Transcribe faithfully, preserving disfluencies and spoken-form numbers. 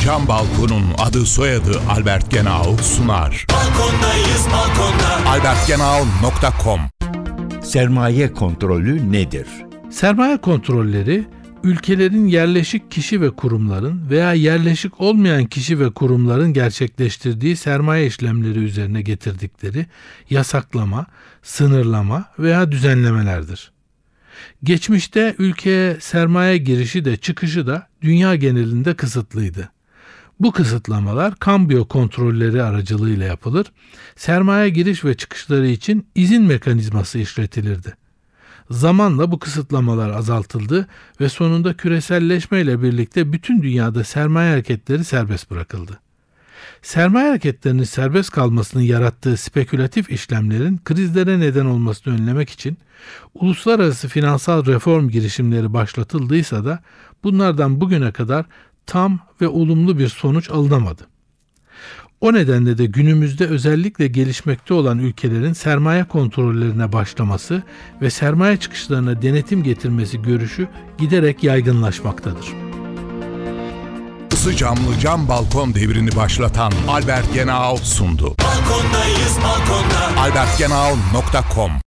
Cam Balkon'un adı soyadı Albert Genau sunar. Balkondayız balkonda. albert genau nokta com. Sermaye kontrolü nedir? Sermaye kontrolleri, ülkelerin yerleşik kişi ve kurumların veya yerleşik olmayan kişi ve kurumların gerçekleştirdiği sermaye işlemleri üzerine getirdikleri yasaklama, sınırlama veya düzenlemelerdir. Geçmişte ülkeye sermaye girişi de çıkışı da dünya genelinde kısıtlıydı. Bu kısıtlamalar kambiyo kontrolleri aracılığıyla yapılır, sermaye giriş ve çıkışları için izin mekanizması işletilirdi. Zamanla bu kısıtlamalar azaltıldı ve sonunda küreselleşmeyle birlikte bütün dünyada sermaye hareketleri serbest bırakıldı. Sermaye hareketlerinin serbest kalmasının yarattığı spekülatif işlemlerin krizlere neden olmasını önlemek için uluslararası finansal reform girişimleri başlatıldıysa da bunlardan bugüne kadar tam ve olumlu bir sonuç alınamadı. O nedenle de günümüzde özellikle gelişmekte olan ülkelerin sermaye kontrollerine başlaması ve sermaye çıkışlarına denetim getirmesi görüşü giderek yaygınlaşmaktadır. Isı camlı cam balkon devrini başlatan Albert Genau sundu. Balkondayız balkonda. albert genau nokta com